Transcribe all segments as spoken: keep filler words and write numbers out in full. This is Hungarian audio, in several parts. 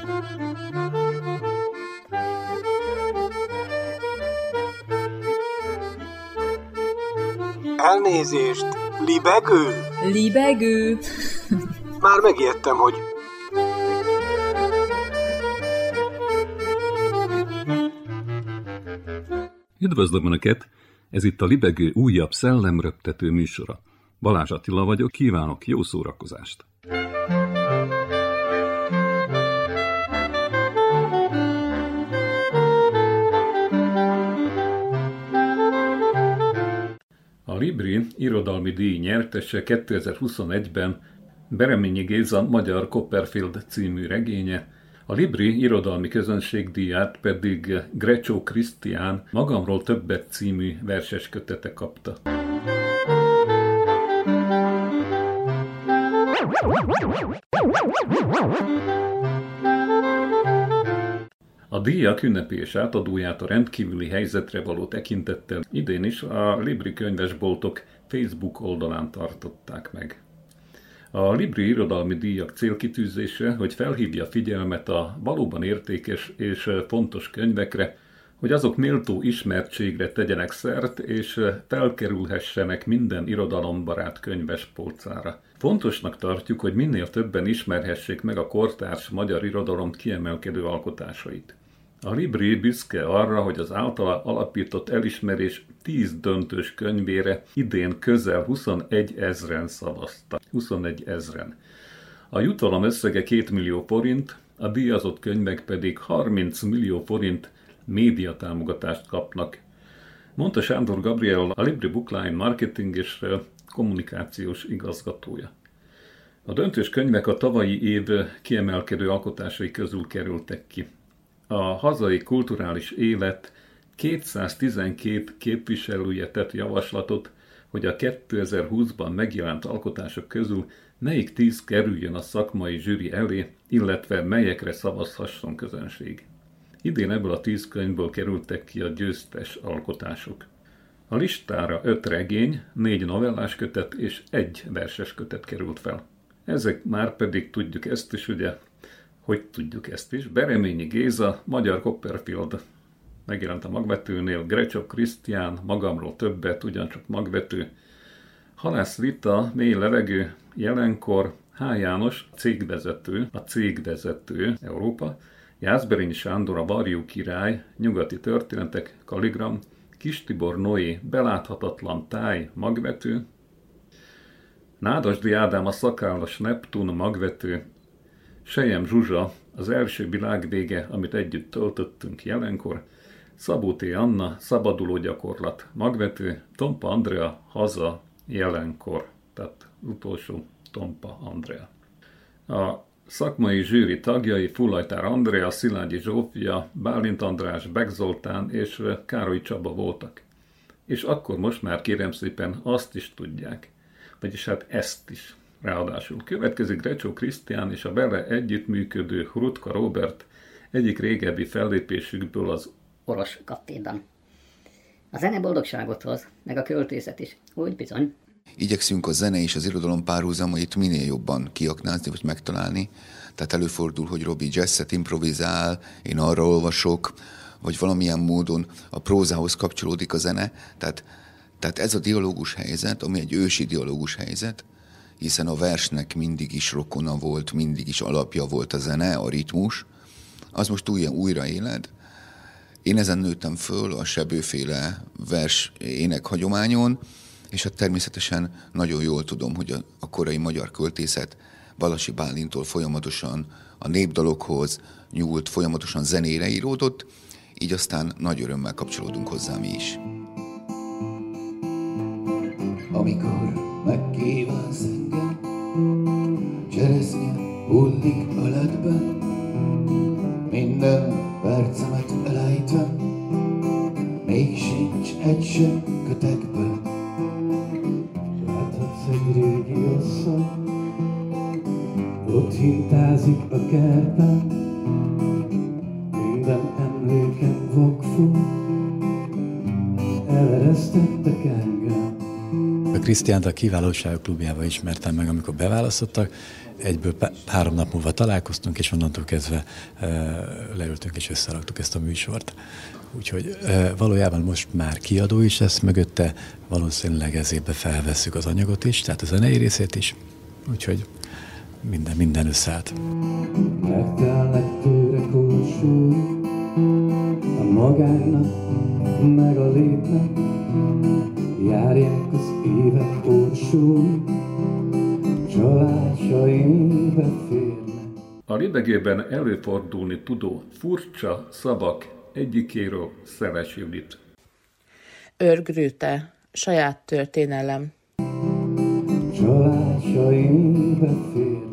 Elnézést, libegő? Libegő? Már megijedtem, hogy... Üdvözlöm Önöket! Ez itt a Libegő újabb szellemröptető műsora. Balázs Attila vagyok, kívánok jó szórakozást! A Libri irodalmi díj nyertese kétezer-huszonegyben Bereményi Géza Magyar Copperfield című regénye, a Libri irodalmi közönségdíját pedig Grecsó Krisztián Magamról többet című verses kötete kapta. A díjak ünnepélyes átadóját a rendkívüli helyzetre való tekintettel idén is a Libri könyvesboltok Facebook oldalán tartották meg. A Libri irodalmi díjak célkitűzése, hogy felhívja figyelmet a valóban értékes és fontos könyvekre, hogy azok méltó ismertségre tegyenek szert, és felkerülhessenek minden irodalombarát könyves polcára. Fontosnak tartjuk, hogy minél többen ismerhessék meg a kortárs magyar irodalom kiemelkedő alkotásait. A Libri büszke arra, hogy az általa alapított elismerés tíz döntős könyvére idén közel huszonegy ezren szavaztak. huszonegy ezren. A jutalom összege két millió forint, a díjazott könyvek pedig harminc millió forint médiatámogatást kapnak, mondta Sándor Gabriel, a Libri Bookline marketing és kommunikációs igazgatója. A döntős könyvek a tavalyi év kiemelkedő alkotásai közül kerültek ki. A hazai kulturális élet kétszáztizenkét képviselője tett javaslatot, hogy a kétezer-húszban megjelent alkotások közül melyik tíz kerüljön a szakmai zsűri elé, illetve melyekre szavazhasson közönség. Idén ebből a tíz könyvből kerültek ki a győztes alkotások. A listára öt regény, négy novellás kötet és egy verses kötet került fel. Ezek már pedig tudjuk ezt is, ugye? Hogy tudjuk ezt is? Bereményi Géza, Magyar Copperfield megjelent a magvetőnél, Grecsó Krisztián, Magamról többet, ugyancsak magvető, Halász Rita, Mély levegő, jelenkor, H. János, cégvezető, a cégvezető, Európa, Jászberényi Sándor, a Varjú király, nyugati történetek, Kaligram, Kis Tibor Noé, beláthatatlan táj, magvető, Nádasdy Ádám, a szakállas Neptun, magvető, Sejem Zsuzsa, az első világvége, amit együtt töltöttünk, jelenkor, Szabó T. Anna, szabaduló gyakorlat, magvető, Tompa Andrea, haza, jelenkor, tehát utolsó Tompa Andrea. A szakmai zsűri tagjai Fullajtár Andrea, Szilágyi Zsófia, Bálint András, Beck Zoltán és Károly Csaba voltak. És akkor most már kérem szépen azt is tudják, vagyis hát ezt is. Ráadásul következik Grecsó Krisztián és a vele együttműködő Hrutka Róbert egyik régebbi fellépésükből, az Oros Kattéban. A zene boldogságot hoz, meg a költészet is, úgy bizony. Igyekszünk a zene és az irodalom párhuzamait minél jobban kiaknázni, vagy megtalálni. Tehát előfordul, hogy Robi jazzet improvizál, én arra olvasok, vagy valamilyen módon a prózához kapcsolódik a zene. Tehát, tehát ez a dialógus helyzet, ami egy ősi dialógus helyzet, hiszen a versnek mindig is rokona volt, mindig is alapja volt a zene, a ritmus, az most újra, újra éled. Én ezen nőttem föl a Sebőféle vers énekhagyományon, és hát természetesen nagyon jól tudom, hogy a, a korai magyar költészet Balasi Bálintól folyamatosan a népdalokhoz nyúlt, folyamatosan zenére íródott, így aztán nagy örömmel kapcsolódunk hozzá mi is. Amikor megkívánsz engem, cseresznye hullik a ledben, minden percemet elejtem, még sincs egy sem kötekben. Láthatsz egy régi asszony, ott hintázik a kertben, minden emlékem vagfog, eleresztettek engem. Krisztiánt a Kiválóságok Klubjába ismertem meg, amikor beválasztottak. Egyből három nap múlva találkoztunk, és onnantól kezdve e, leültünk és összeraktuk ezt a műsort. Úgyhogy e, valójában most már kiadó is lesz mögötte, valószínűleg ezébe felvesszük az anyagot is, tehát a zenei részét is. Úgyhogy minden, minden összeállt. Megtelnek tőle kósúly, a magának, meg a létnek, járják az évek orsúly, családjaimbe férnek. A libegőben előfordulni tudó furcsa szavak egyikéről Szeles Judit. Őrgrüte, saját történelem. Családjaimbe férnek.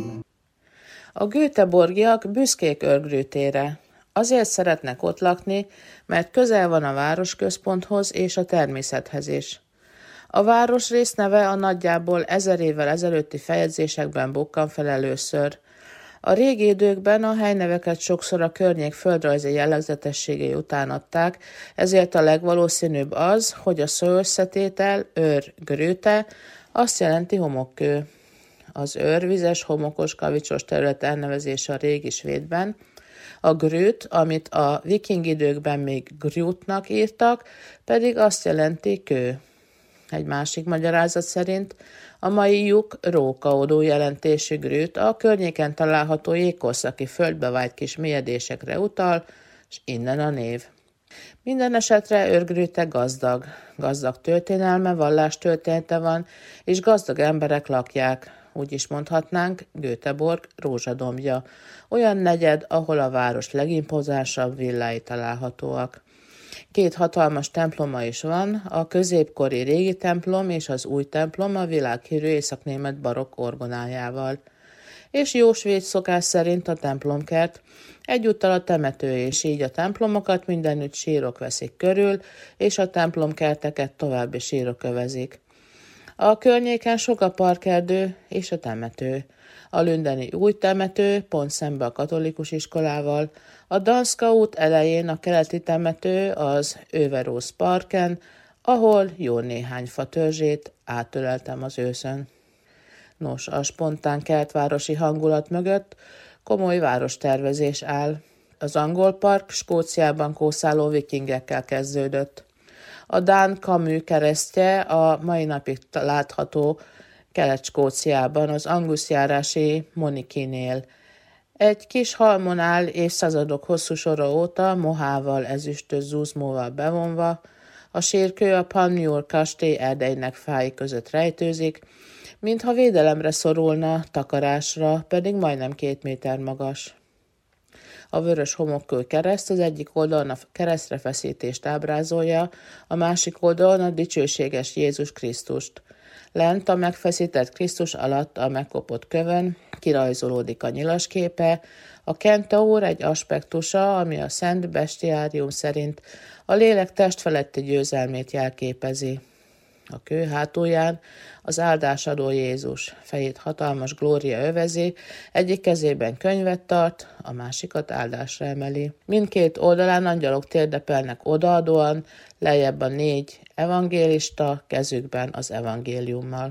A Göteborgiak büszkék Őrgrütére. Azért szeretnek ott lakni, mert közel van a városközponthoz és a természethez is. A városrész neve a nagyjából ezer évvel ezelőtti feljegyzésekben bukkan fel először. A régi időkben a helyneveket sokszor a környék földrajzi jellegzetességei után adták, ezért a legvalószínűbb az, hogy a szó összetétel őr grüte azt jelenti homokkő. Az őr vizes, homokos, kavicsos terület elnevezése a régi svédben. A grüt, amit a viking időkben még grütnak írtak, pedig azt jelenti kő. Egy másik magyarázat szerint a mai lyuk rókaodó jelentésű grüt a környéken található jégkorszaki földbe vájt kis mélyedésekre utal, és innen a név. Minden esetre Őrgrüte gazdag. Gazdag történelme, vallástörténete van, és gazdag emberek lakják. Úgy is mondhatnánk, Göteborg rózsadombja, olyan negyed, ahol a város legimpozánsabb villái találhatóak. Két hatalmas temploma is van, a középkori régi templom és az új templom a világhírű északnémet barokk orgonájával. És jó svéd szokás szerint a templomkert, egyúttal a temető, és így a templomokat mindenütt sírok veszik körül, és a templomkerteket további sírok övezik. A környéken sok a parkerdő és a temető. A lündeni új temető pont szembe a katolikus iskolával, a Danska út elején a keleti temető az Överås parken, ahol jó néhány fa törzsét átöleltem az őszön. Nos, a spontán keltvárosi hangulat mögött komoly várostervezés áll. Az angol park Skóciában kószáló vikingekkel kezdődött. A dán Camus keresztje a mai napig látható Kelet-Skóciában, az Angus-járási Monikinél. Egy kis halmon áll évszázadok hosszú sora óta mohával, ezüstös zúzmóval bevonva, a sírkő a Panmure kastély erdeinek fái között rejtőzik, mintha védelemre szorulna, takarásra, pedig majdnem két méter magas. A vörös homokkő kereszt az egyik oldalon a keresztre feszítést ábrázolja, a másik oldalon a dicsőséges Jézus Krisztust. Lent a megfeszített Krisztus alatt a megkopott kövön kirajzolódik a nyilasképe, a kentaur egy aspektusa, ami a Szent Bestiárium szerint a lélek testfeletti győzelmét jelképezi. A kő hátulján az áldásadó Jézus, fejét hatalmas glória övezi, egyik kezében könyvet tart, a másikat áldásra emeli. Mindkét oldalán angyalok térdepelnek odaadóan, lejjebb a négy evangélista, kezükben az evangéliummal.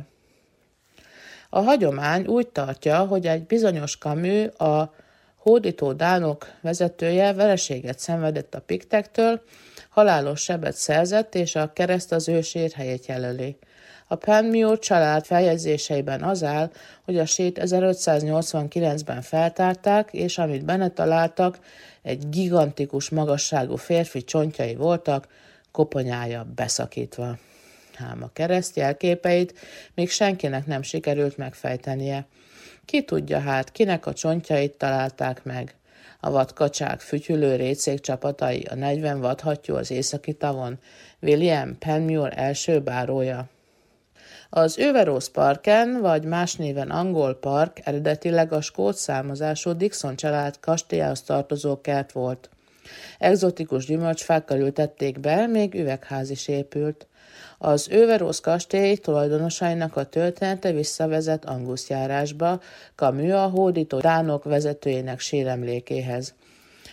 A hagyomány úgy tartja, hogy egy bizonyos Camus, a hódító dánok vezetője vereséget szenvedett a piktektől, halálos sebet szerzett, és a kereszt az ő sírhelyét jelöli. A Panmure család feljegyzéseiben az áll, hogy a sét ezerötszáznyolcvankilencben feltárták, és amit benne találtak, egy gigantikus magasságú férfi csontjai voltak, koponyája beszakítva. Ám a kereszt jelképeit még senkinek nem sikerült megfejtenie. Ki tudja hát, kinek a csontjait találták meg? A vadkacsák fütyülő récék csapatai, a negyven vadhattyú az északi tavon, William Panmure első bárója. Az Överås parken, vagy más néven Angol Park eredetileg a skót származású Dixon család kastélyához tartozó kert volt. Egzotikus gyümölcsfákkal ültették be, még üvegház is épült. Az Överås kastély tulajdonosainak a története visszavezet Angus járásba, Camus a hódító dánok vezetőjének síremlékéhez.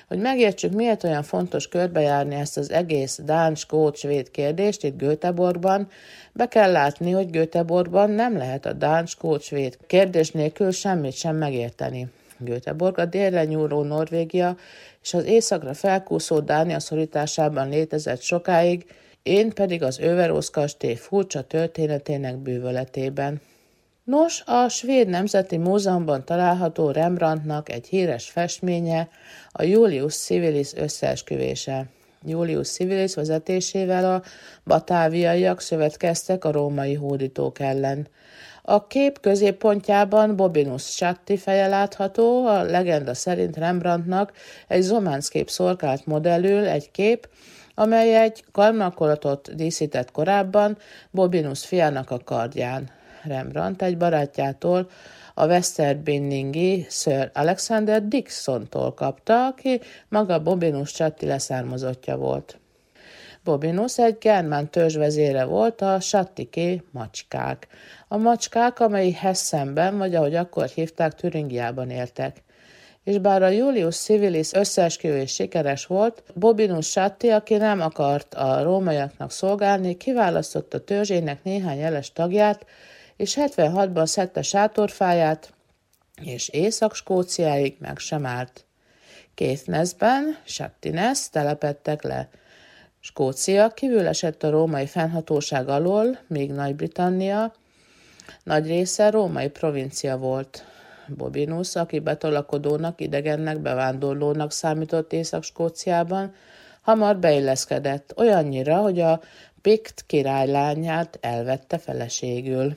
Hogy megértsük, miért olyan fontos körbejárni ezt az egész dán, skót, svéd kérdést itt Göteborgban, be kell látni, hogy Göteborgban nem lehet a dán, skót, svéd kérdés nélkül semmit sem megérteni. Göteborg a délre nyúló Norvégia és az északra felkúszó Dánia szorításában létezett sokáig, én pedig az Överås kastély furcsa történetének bűvöletében. Nos, a Svéd Nemzeti Múzeumban található Rembrandtnak egy híres festménye, a Julius Civilis összeesküvése. Julius Civilis vezetésével a batáviaiak szövetkeztek a római hódítók ellen. A kép középpontjában Bobinus Chatti feje látható, a legenda szerint Rembrandtnak egy zománckép szorkált modellül egy kép, amely egy karmakolatot díszített korábban Bobinus fiának a kardján. Rembrandt egy barátjától, a Westerbyningi Sir Alexander Dixontól kapta, aki maga Bobinus Chatti leszármazottja volt. Bobinus egy germán törzs vezére volt, a Chattiké macskák. A macskák, amely Hessenben, vagy ahogy akkor hívták, Türingiában éltek. És bár a Julius Civilis összeesküvés sikeres volt, Bobinus Chatti, aki nem akart a rómaiaknak szolgálni, kiválasztotta törzsének néhány jeles tagját, és hetvenhatban szedte sátorfáját, és Észak-Skóciáig meg sem állt. Caithnessben, Chattiness telepedtek le. Skócia kívül esett a római fennhatóság alól, míg Nagy-Britannia nagy része római provincia volt. Bobinus, aki betolakodónak, idegennek, bevándorlónak számított Észak-Skóciában, hamar beilleszkedett, olyannyira, hogy a Pikt királylányát elvette feleségül.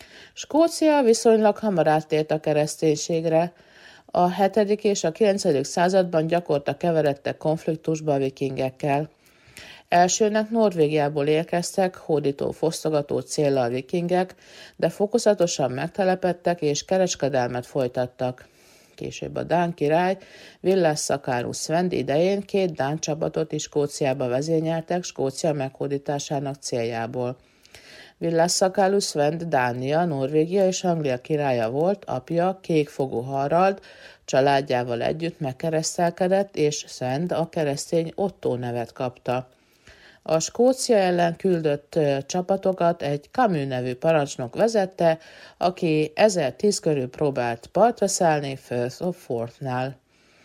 Skócia viszonylag hamar áttért a kereszténységre, a hetedik és a kilencedik században gyakorta keveredtek konfliktusba a vikingekkel. Elsőnek Norvégiából érkeztek hódító fosztogató céllal vikingek, de fokozatosan megtelepedtek és kereskedelmet folytattak. Később a dán király Villás Szakárusz Svend idején két dán csapatot is Skóciába vezényeltek Skócia meghódításának céljából. Villás Szakárusz Svend Dánia, Norvégia és Anglia királya volt, apja Kékfogú Harald családjával együtt megkeresztelkedett, és Svend a keresztény Ottó nevet kapta. A Skócia ellen küldött csapatokat egy Camus nevű parancsnok vezette, aki ezertíz körül próbált partra szállni Firth of Forthnál.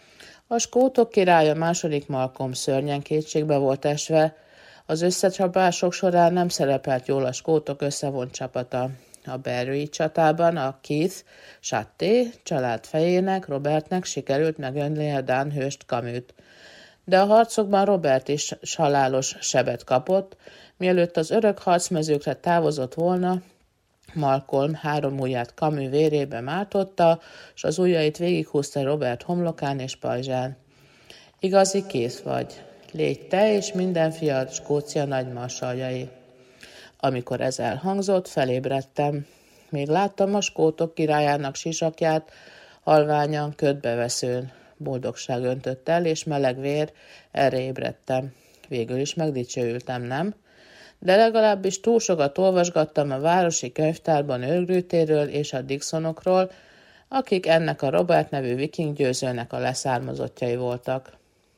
A skótok királya második Malcolm szörnyen kétségbe volt esve, az összecsapások során nem szerepelt jól a skótok összevont csapata. A Berry csatában a Keith Chatté család fejének, Robertnek sikerült megölni a dán hőst Camust. De a harcokban Robert is halálos sebet kapott, mielőtt az örök harcmezőkre távozott volna, Malcolm három ujját Camus vérébe mártotta, s az ujjait végighúzta Robert homlokán és pajzsán. Igazi kész vagy, légy te és minden fiad Skócia nagymarsaljai. Amikor ez elhangzott, felébredtem. Még láttam a skótok királyának sisakját, halványan, ködbeveszőn. Boldogság öntött el, és meleg vér, erre ébredtem. Végül is megdicsőültem, nem? De legalábbis túl sokat olvasgattam a városi könyvtárban őrgrűtéről és a Dixonokról, akik ennek a Robert nevű viking győzőnek a leszármazottjai voltak.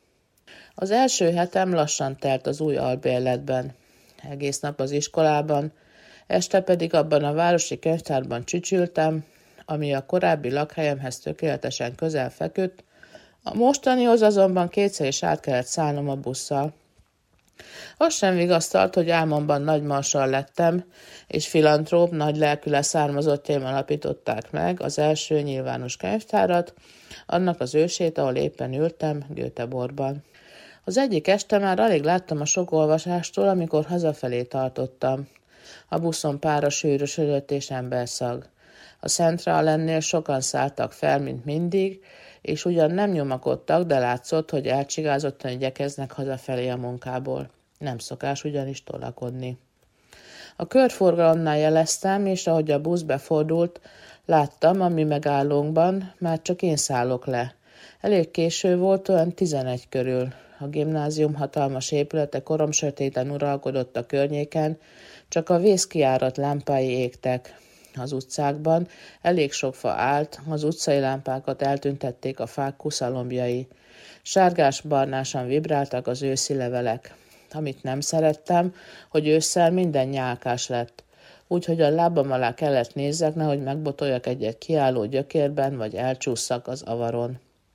Az első hetem lassan telt az új albérletben. Egész nap az iskolában, este pedig abban a városi könyvtárban csücsültem, ami a korábbi lakhelyemhez tökéletesen közel feküdt, a mostanihoz azonban kétszer is át kellett szállnom a busszal. Az sem vigasztalt, hogy álmomban nagymarsal lettem, és filantróp, nagy lelkű leszármazottjaim alapították meg az első nyilvános könyvtárat, annak az ősét, ahol éppen ültem, Göteborgban. Az egyik este már alig láttam a sok olvasástól, amikor hazafelé tartottam. A buszon pára sűrösödött és emberszag. A Centralennél sokan szálltak fel, mint mindig, és ugyan nem nyomakodtak, de látszott, hogy elcsigázottan igyekeznek hazafelé a munkából. Nem szokás ugyanis tolakodni. A körforgalomnál jeleztem, és ahogy a busz befordult, láttam, a mi megállónkban már csak én szállok le. Elég késő volt, olyan tizenegy körül. A gimnázium hatalmas épülete koromsötéten uralkodott a környéken, csak a vészkijárat lámpái égtek. az utcákban, elég sok fa állt, az utcai lámpákat eltüntették a fák kuszalombjai. Sárgás-barnásan vibráltak az őszi levelek. Amit nem szerettem, hogy ősszel minden nyálkás lett. Úgyhogy a lábam alá kellett nézzek, nehogy megbotoljak egyet kiálló gyökérben, vagy elcsússzak az avaron.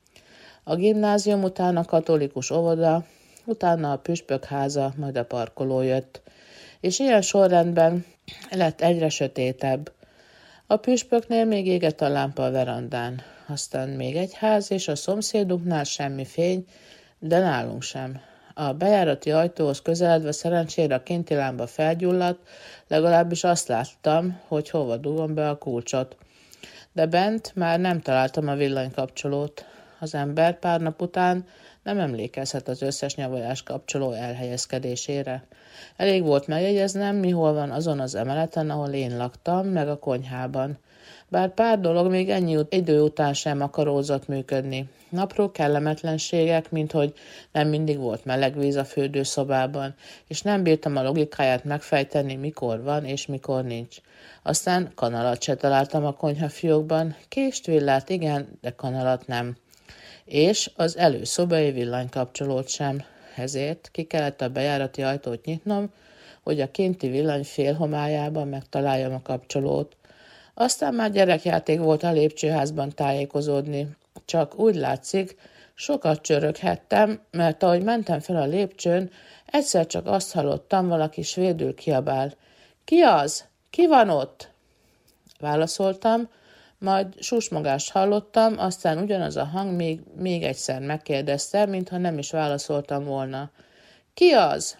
A gimnázium után a katolikus óvoda, utána a püspökháza, majd a parkoló jött, és ilyen sorrendben lett egyre sötétebb. A püspöknél még égett a lámpa a verandán, aztán még egy ház, és a szomszédunknál semmi fény, de nálunk sem. A bejárati ajtóhoz közeledve szerencsére a kinti lámpa felgyulladt, legalábbis azt láttam, hogy hova dugom be a kulcsot. De bent már nem találtam a villanykapcsolót. Az ember pár nap után nem emlékezhet az összes nyavolás kapcsoló elhelyezkedésére. Elég volt megjegyeznem, mi hol van azon az emeleten, ahol én laktam, meg a konyhában. Bár pár dolog még ennyi idő után sem akarózott működni. Apró kellemetlenségek, mint hogy nem mindig volt meleg víz a fürdőszobában, és nem bírtam a logikáját megfejteni, mikor van és mikor nincs. Aztán kanalat se találtam a konyhafiókban, kést, villát igen, de kanalat nem. És az előszobai villanykapcsolót sem. Ezért ki kellett a bejárati ajtót nyitnom, hogy a kinti villany félhomályában megtaláljam a kapcsolót. Aztán már gyerekjáték volt a lépcsőházban tájékozódni. Csak úgy látszik, sokat csöröghettem, mert ahogy mentem fel a lépcsőn, egyszer csak azt hallottam, valaki svédül kiabál. Ki az? Ki van ott? Válaszoltam, majd susmogást hallottam, aztán ugyanaz a hang még, még egyszer megkérdezte, mintha nem is válaszoltam volna. Ki az?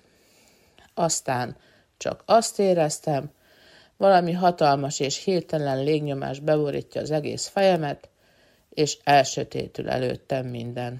Aztán csak azt éreztem, valami hatalmas és hirtelen légnyomás beborítja az egész fejemet, és elsötétül előttem minden.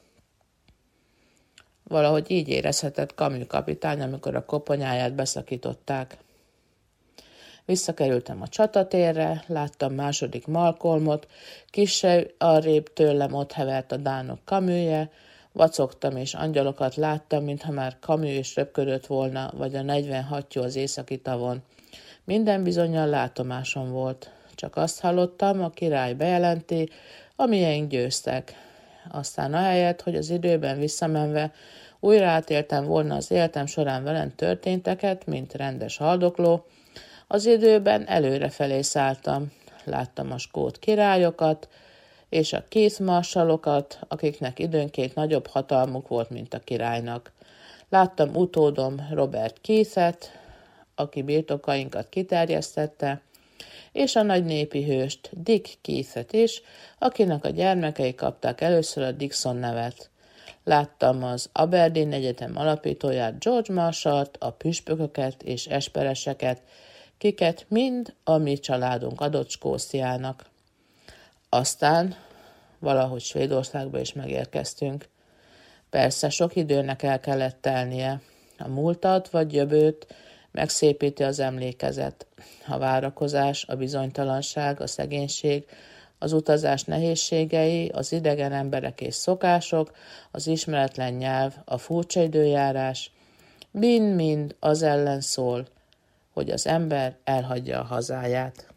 Valahogy így érezhetett Camus kapitány, amikor a koponyáját beszakították. Visszakerültem a csatatérre, láttam második Malcolmot, kissé arrébb tőlem ott hevert a dánok Camusje, vacogtam és angyalokat láttam, mintha már Camus is röpködött volna, vagy a negyvenhattyú az északi tavon. Minden bizonnyal látomásom volt. Csak azt hallottam, a király bejelenti, amilyen győztek. Aztán ahelyett, hogy az időben visszamenve újra átéltem volna az életem során velem történteket, mint rendes haldokló, az időben előrefelé szálltam. Láttam a skót királyokat és a Keith marsalokat, akiknek időnként nagyobb hatalmuk volt, mint a királynak. Láttam utódom Robert Keithet, aki birtokainkat kiterjesztette, és a nagy népi hőst, Dick Keithet is, akinek a gyermekei kapták először a Dixon nevet. Láttam az Aberdeen Egyetem alapítóját, George Marshallt, a püspököket és espereseket, kiket mind a mi családunk adott Skóciának. Aztán valahogy Svédországba is megérkeztünk. Persze sok időnek el kellett telnie. A múltat vagy jövőt megszépíti az emlékezet. A várakozás, a bizonytalanság, a szegénység, az utazás nehézségei, az idegen emberek és szokások, az ismeretlen nyelv, a furcsa időjárás, mind-mind az ellen szól, hogy az ember elhagyja a hazáját.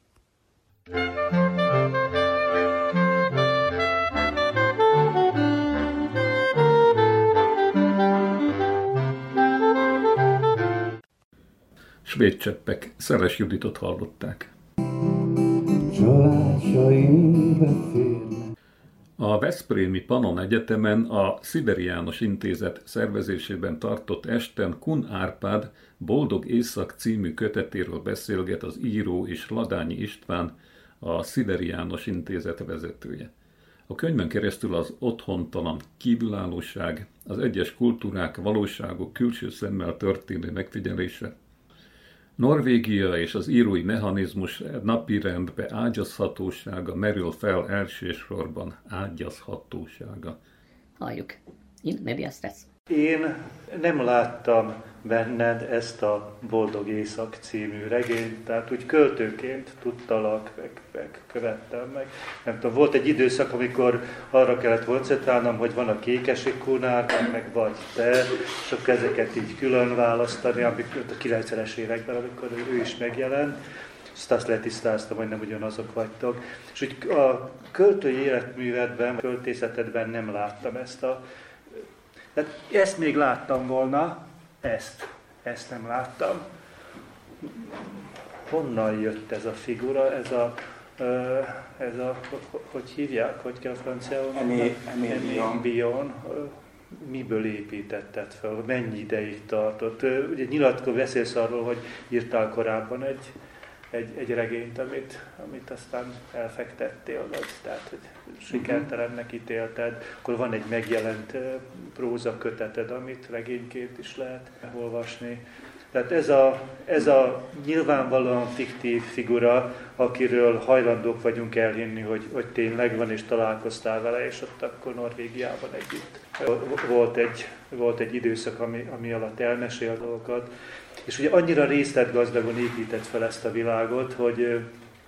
Svéd cseppek, Szeles Juditot hallották. A Veszprémi Pannon Egyetemen a Szideri János Intézet szervezésében tartott esten Kun Árpád Boldog Éjszak című kötetéről beszélget az író és Ladányi István, a Szideri János Intézet vezetője. A könyvön keresztül az otthontalan kívülállóság, az egyes kultúrák, valóságok külső szemmel történő megfigyelése, Norvégia és az írói mechanizmus napirendbe ágyazhatósága merül fel elsősorban, ágyazhatósága. Halljuk. In medias res. Én nem láttam benned ezt a Boldog Éjszak című regényt, tehát úgy költőként tudtalak, meg, meg követtem meg. Nem tudom, volt egy időszak, amikor arra kellett koncentrálnom, hogy van a Kékesi Kunár, meg vagy te, és akkor ezeket így külön választani, amikor a kilencvenes években, amikor ő is megjelent. azt, azt letisztáztam, hogy nem ugyanazok vagytok. És úgy a költői életművedben, a költészetedben nem láttam ezt a... Tehát ezt még láttam volna, ezt, ezt nem láttam. Honnan jött ez a figura, ez a... ez a, hogy hívják, hogy kell franciául? Émile Bion. Miből építetted fel? Mennyi ideig tartott? Ugye nyilatkozol, beszélsz arról, hogy írtál korábban egy, egy, egy regényt, amit, amit aztán elfektettél, vagy, tehát hogy sikertelennek ítélted. Akkor van egy megjelent próza köteted, amit regényként is lehet olvasni. Tehát ez a, ez a nyilvánvalóan fiktív figura, akiről hajlandók vagyunk elhinni, hogy, hogy tényleg van, és találkoztál vele, és ott akkor Norvégiában együtt. Volt egy, volt egy időszak, ami, ami alatt elmesél dolgokat, és ugye annyira részletgazdagon épített fel ezt a világot, hogy,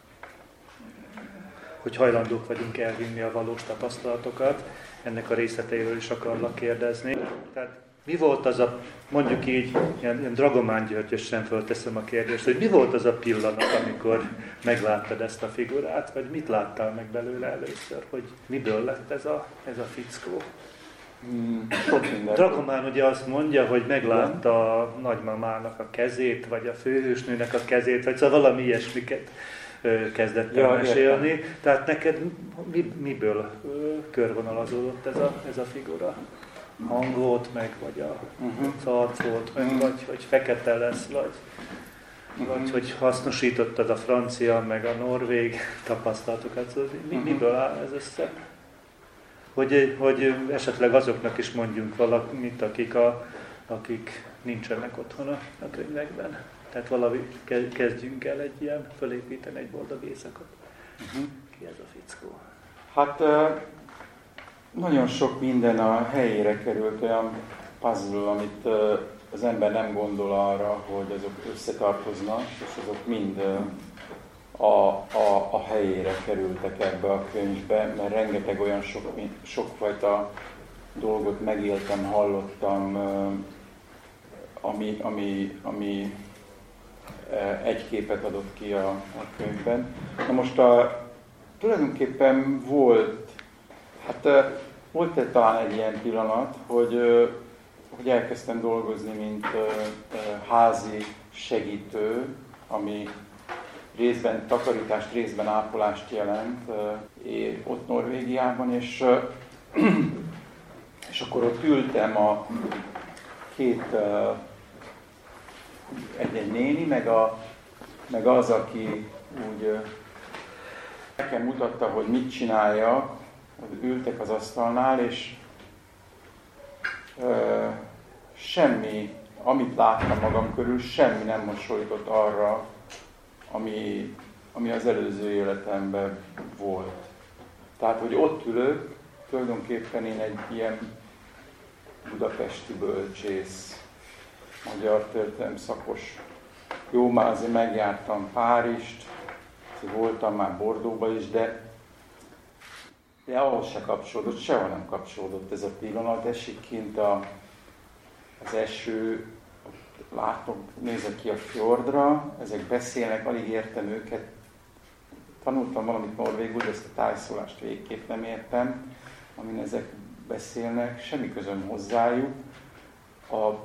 hogy hajlandók vagyunk elhinni a valós tapasztalatokat. Ennek a részleteiről is akarlak kérdezni. Tehát mi volt az a, mondjuk így, ilyen, ilyen Dragomán Györgyösen fölteszem a kérdést, hogy mi volt az a pillanat, amikor megláttad ezt a figurát, vagy mit láttál meg belőle először, hogy miből lett ez a, ez a fickó? Hmm, Dragomán ugye azt mondja, hogy meglátta a nagymamának a kezét, vagy a főhősnőnek a kezét, vagy szóval valami ilyesmiket kezdett el ja, mesélni. Értem. Tehát neked mi, miből körvonalazódott ez a, ez a figura? Hang volt meg, vagy a uh-huh. arc volt meg, uh-huh. vagy hogy fekete lesz, vagy, uh-huh. vagy hogy hasznosítottad a francia, meg a norvég tapasztalatokat. Szóval mi, uh-huh. miből áll ez össze? Hogy, hogy esetleg azoknak is mondjunk valamit, akik, a, akik nincsenek otthon a könyvekben. Tehát valami kezdjünk el egy ilyen, fölépíteni egy boldog éjszakot. Uh-huh. Ki ez a fickó? Hát... Uh... Nagyon sok minden a helyére került, olyan puzzle, amit az ember nem gondol arra, hogy azok összetartoznak, és azok mind a, a, a helyére kerültek ebbe a könyvbe, mert rengeteg olyan sok, sokfajta dolgot megéltem, hallottam, ami, ami, ami egy képet adott ki a, a könyvben. Na most a, tulajdonképpen volt Hát volt egy, talán egy ilyen pillanat, hogy, hogy elkezdtem dolgozni, mint házi segítő, ami részben takarítást, részben ápolást jelent ott Norvégiában, és, és akkor ott ültem a két, egy-egy néni, meg, a, meg az, aki úgy nekem mutatta, hogy mit csinálja. Ültek az asztalnál, és ö, semmi, amit láttam magam körül, semmi nem hasonlított arra, ami, ami az előző életemben volt. Tehát, hogy ott ülök, tulajdonképpen én egy ilyen budapesti bölcsész, magyar történelem szakos. Jó, már azért megjártam Párizst, voltam már Bordeauxba is, de De ahhoz se kapcsolódott, sehol nem kapcsolódott ez a pillanat. Esik kint a, az eső, látom, nézek ki a fjordra, ezek beszélnek, alig értem őket. Tanultam valamit norvégul, de ezt a tájszólást végképp nem értem, amin ezek beszélnek, semmi közöm hozzájuk. A, a,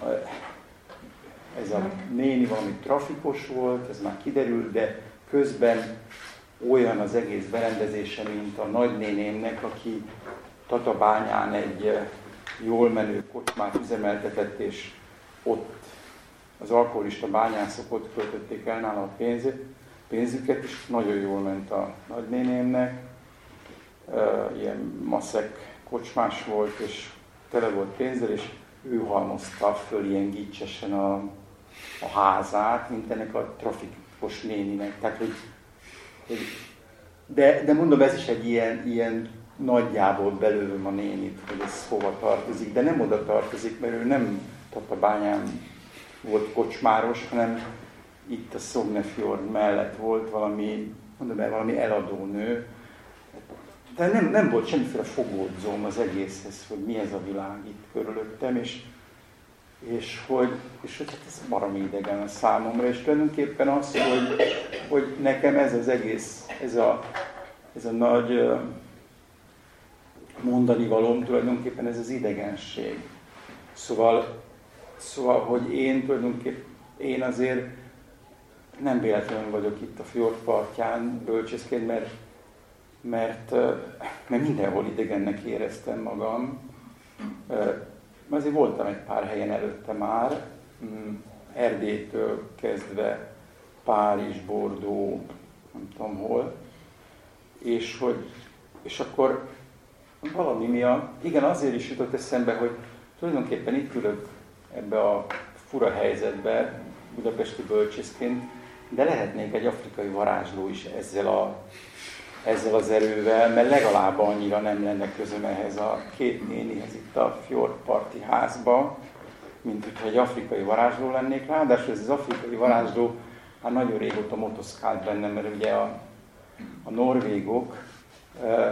ez a néni valami trafikos volt, ez már kiderült, de közben olyan az egész berendezése, mint a nagynénémnek, aki Tatabányán egy jól menő kocsmát üzemeltetett, és ott az alkoholista bányászok ott költötték el nála a pénzét, pénzüket, és nagyon jól ment a nagynénémnek. Ilyen maszek kocsmás volt, és tele volt pénzzel, és ő halmozta föl ilyen gicsesen a, a házát, mint ennek a trafikos néninek. Tehát, hogy De, de mondom, ez is egy ilyen, ilyen nagyjából belőlem a nénit, hogy ez hova tartozik, de nem oda tartozik, mert ő nem Tatabányán volt kocsmáros, hanem itt a Sognefjord mellett volt valami, mondom el, valami eladónő. De nem, nem volt semmiféle fogódzóm az egészhez, hogy mi ez a világ itt körülöttem, és és hogy, és hogy hát ez baromi idegen a számomra, és tulajdonképpen az, hogy, hogy nekem ez az egész, ez a, ez a nagy mondani valóm, tulajdonképpen ez az idegenség. Szóval, szóval hogy én tulajdonképpen, én azért nem véletlenül vagyok itt a fjord partján bölcsészként, mert, mert, mert mindenhol idegennek éreztem magam. Azért voltam egy pár helyen előtte már, Erdélytől kezdve Párizs, Bordeaux, nem tudom hol, és, hogy, és akkor valami miatt, igen, azért is jutott eszembe, hogy tulajdonképpen itt ülök ebbe a fura helyzetbe, budapesti bölcsészként, de lehetnék egy afrikai varázsló is ezzel, a, ezzel az erővel, mert legalább annyira nem lenne közöm ehhez a két nénihez itt a fjordparti házba, mint hogyha egy afrikai varázsló lennék. Ráadásul ez az afrikai varázsló hát nagyon régóta motoszkált bennem, mert ugye a, a norvégok ö,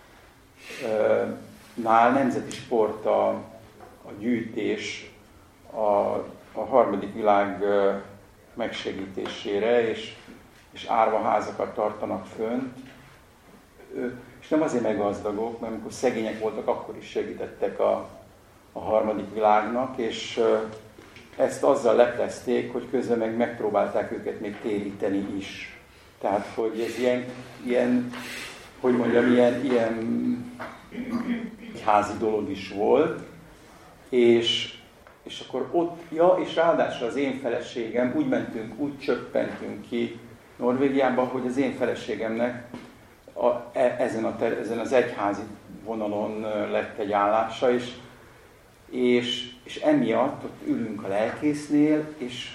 ö, nál nemzeti sport a, a gyűjtés a, a harmadik világ ö, megsegítésére, és, és árvaházakat tartanak fönt. Ö, és nem azért meggazdagok, mert amikor szegények voltak, akkor is segítettek a, a harmadik világnak, és ö, ezt azzal leplezték, hogy közben meg megpróbálták őket még téríteni is. Tehát, hogy ez ilyen, ilyen hogy mondjam, ilyen, ilyen házi dolog is volt, és, és akkor ott, ja, és ráadásul az én feleségem, úgy mentünk, úgy csöppentünk ki Norvégiába, hogy az én feleségemnek a, e, ezen, a, ezen az egyházi vonalon lett egy állása, és, és, és emiatt ott ülünk a lelkésznél, és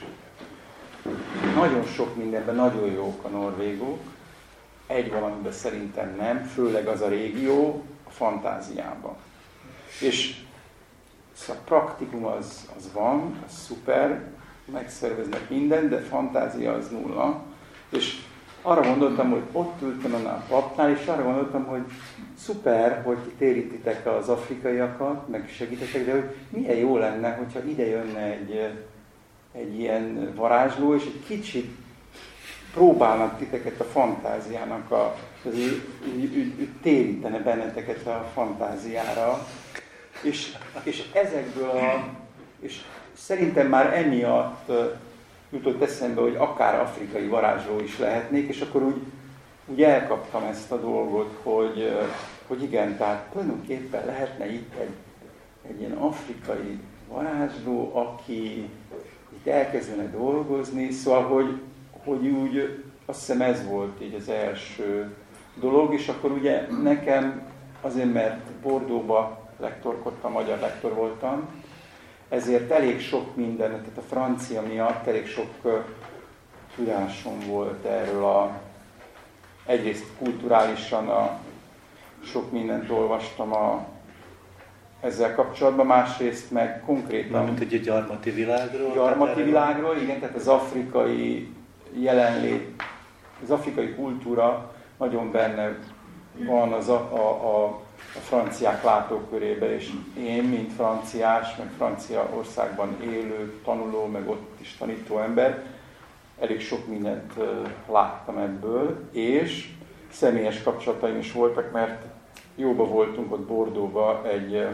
nagyon sok mindenben nagyon jók a norvégok, egy valamiben szerintem nem, főleg az a régió, a fantáziában. És szóval a praktikum az, az van, az szuper, megszerveznek mindent, de fantázia az nulla. És arra gondoltam, hogy ott ültem annál a papnál, és arra gondoltam, hogy szuper, hogy térítitek az afrikaiakat, meg segítetek, de hogy milyen jó lenne, hogyha ide jönne egy, egy ilyen varázsló, és egy kicsit próbálnak titeket a fantáziának, a, az, ő, ő, ő, ő térítene benneteket a fantáziára. És, és ezekből a, és szerintem már emiatt jutott eszembe, hogy akár afrikai varázsló is lehetnék, és akkor úgy, úgy elkaptam ezt a dolgot, hogy, hogy igen, tehát tulajdonképpen lehetne itt egy, egy ilyen afrikai varázsló, aki itt elkezdene dolgozni, szóval, hogy, hogy úgy, azt hiszem ez volt így az első dolog, és akkor ugye nekem azért, mert Bordeauxba lektorkodtam, magyar lektor voltam, ezért elég sok minden, tehát a francia miatt elég sok uh, tudásom volt erről a, egyrészt kulturálisan a, sok mindent olvastam a, ezzel kapcsolatban, másrészt meg konkrétan... Mint hogy a gyarmati világról? Gyarmati világról, igen, tehát az afrikai jelenlét, az afrikai kultúra nagyon benne van az a, a, a a franciák látókörébe, és én, mint franciás, meg Franciaországban élő, tanuló, meg ott is tanító ember, elég sok mindent láttam ebből, és személyes kapcsolataim is voltak, mert jóba voltunk ott Bordeauxba egy,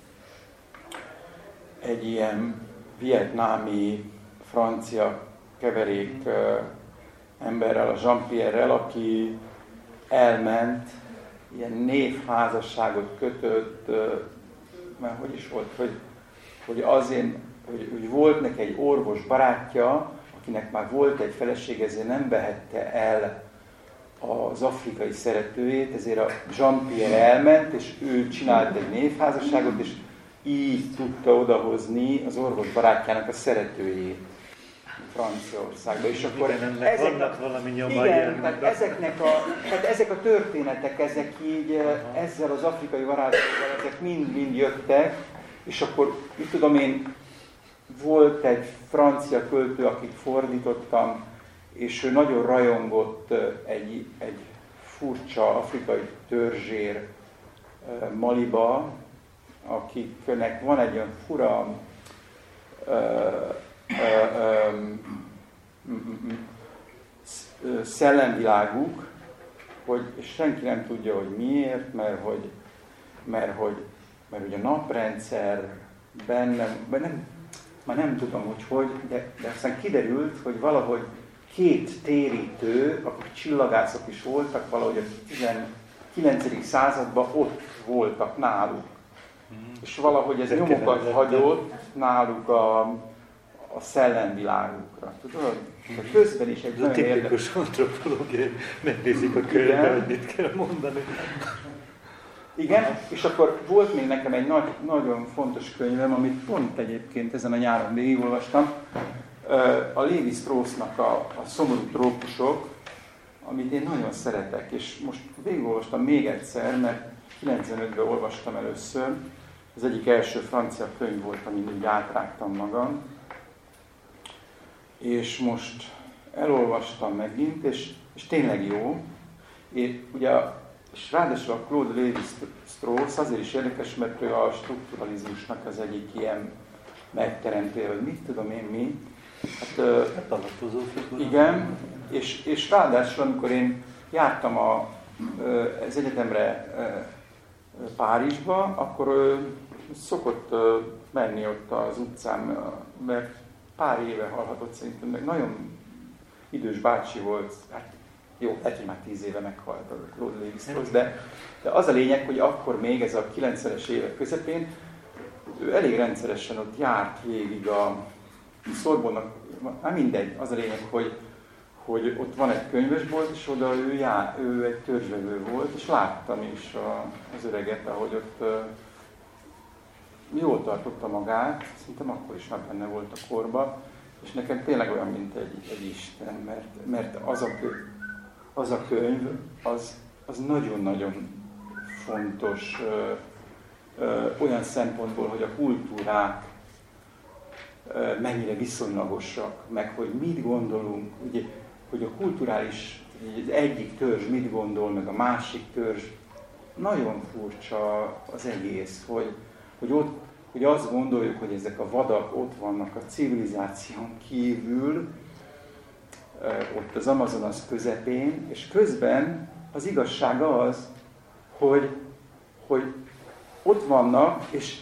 egy ilyen vietnámi francia keverék emberrel, a Jean-Pierre-rel, aki elment, ilyen névházasságot kötött, mert hogy is volt, hogy, hogy azért, hogy, hogy volt neki egy orvos barátja, akinek már volt egy feleség, ezért nem vehette el az afrikai szeretőjét, ezért a Jean-Pierre elment, és ő csinált egy névházasságot, és így tudta odahozni az orvos barátjának a szeretőjét Franciaországba. És akkor igen, ezek, vannak valami nyomai. igen, tehát, ezeknek a, tehát ezek a történetek, ezek így aha. ezzel az afrikai varázslóval, ezek mind-mind jöttek, és akkor, mit tudom én, volt egy francia költő, akit fordítottam, és ő nagyon rajongott egy, egy furcsa afrikai törzsér Maliba, akiknek van egy olyan fura ö, ö, ö, szellemviláguk, hogy és senki nem tudja, hogy miért, mert hogy, mert hogy, mert hogy a naprendszer bennem, nem, már nem tudom, hogy hogy, de, de aztán kiderült, hogy valahogy két térítő, akik csillagászok is voltak, valahogy a tizenkilencedik században ott voltak náluk. Mm. És valahogy ez nyomokat hagyott náluk a, a szellemvilágukra. Tudod? De közben is egy nagyon érdekes... tipikus antropológia, megnézik a könyvbe, hogy mit kell mondani. Igen, és akkor volt még nekem egy nagy, nagyon fontos könyvem, amit pont egyébként ezen a nyáron végigolvastam, a Lévi-Straussnak a, a Szomorú trópusok, amit én nagyon szeretek, és most végigolvastam még egyszer, mert kilencvenötben olvastam először, az egyik első francia könyv volt, amin úgy átrágtam magam, és most elolvastam megint, és, és tényleg jó. És, ugye, és ráadásul a Claude Lévi-Strauss azért is érdekes, mert ő a strukturalizmusnak az egyik ilyen megteremtője, vagy mit tudom én mi. Hát, hát alapozó figura. Igen, és, és ráadásul amikor én jártam a, az egyetemre Párizsba, akkor szokott menni ott az utcán, mert pár éve hallhatott szerintem, meg nagyon idős bácsi volt, hát jó, lehet, hogy már tíz éve meghalt a Claude Lévi-Strauss, de, de az a lényeg, hogy akkor még ez a kilencvenes évek közepén ő elég rendszeresen ott járt végig a Sorbonnak, hát mindegy, az a lényeg, hogy, hogy ott van egy könyvesbolt, és oda ő, já, ő egy törzsvevő volt, és láttam is a, az öreget, ahogy ott uh, jól tartotta magát, szerintem akkor is már benne volt a korba, és nekem tényleg olyan, mint egy, egy Isten, mert, mert az, a, az a könyv, az, az nagyon-nagyon fontos uh, uh, olyan szempontból, hogy a kultúrák mennyire viszonylagosak, meg hogy mit gondolunk, ugye, hogy a kulturális, az egyik törzs mit gondol, meg a másik törzs. Nagyon furcsa az egész, hogy, hogy, ott, hogy azt gondoljuk, hogy ezek a vadak ott vannak a civilizáción kívül, ott az Amazonas közepén, és közben az igazság az, hogy, hogy ott vannak, és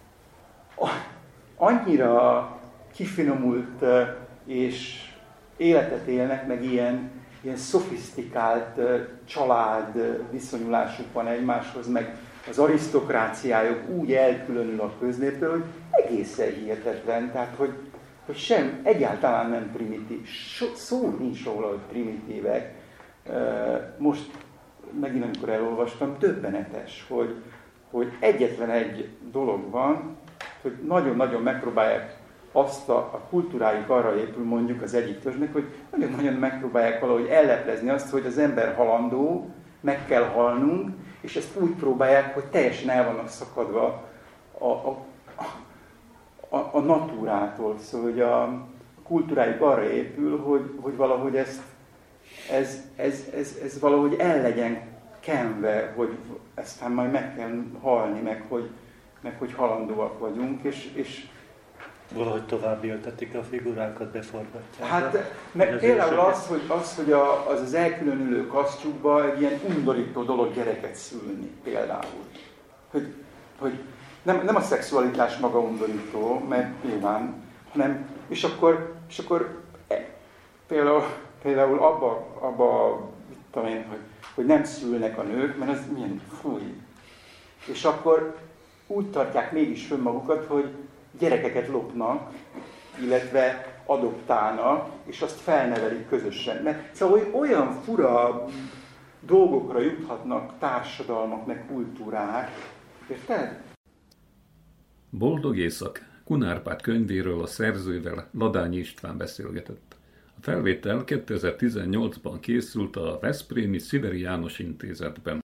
annyira kifinomult és életet élnek, meg ilyen, ilyen szofisztikált család viszonyulásuk van egymáshoz, meg az arisztokráciájuk úgy elkülönül a köznéptől, hogy egészen hihetetlen, tehát hogy, hogy sem, egyáltalán nem primitív, so, szó nincs róla, hogy primitívek. Most megint, amikor elolvastam, döbbenetes, hogy, hogy egyetlen egy dolog van, hogy nagyon-nagyon megpróbálják azt a, a kultúrájuk arra épül mondjuk az egyik törzsnek, hogy nagyon-nagyon megpróbálják valahogy elleplezni azt, hogy az ember halandó, meg kell halnunk, és ezt úgy próbálják, hogy teljesen el vannak szakadva a, a, a, a natúrától. Szóval hogy a kultúrájuk arra épül, hogy, hogy valahogy ezt, ez, ez, ez, ez valahogy el legyen kenve, hogy aztán majd meg kell halni, meg hogy meg hogy halandóak vagyunk, és, és valahogy tovább éltetik a figurákat, beforgatják. Hát, meg például az, hogy az, hogy a, az, az elkülönülő kasztjukban egy ilyen undorító dolog gyereket szülni, például. Hogy, hogy nem, nem a szexualitás maga undorító, mert nyilván, hanem, és akkor, és akkor e, például, például abba, abba mit tudom én, hogy, hogy nem szülnek a nők, mert az milyen fúj. És akkor úgy tartják mégis fönn magukat, hogy gyerekeket lopnak, illetve adoptálnak, és azt felnevelik közösen. Mert szóval olyan fura dolgokra juthatnak társadalmak, meg kultúrák. Érted? Boldog éjszak! Kun Árpád könyvéről a szerzővel, Ladányi István beszélgetett. A felvétel kétezer-tizennyolcban készült a Veszprémi Sziveri János Intézetben.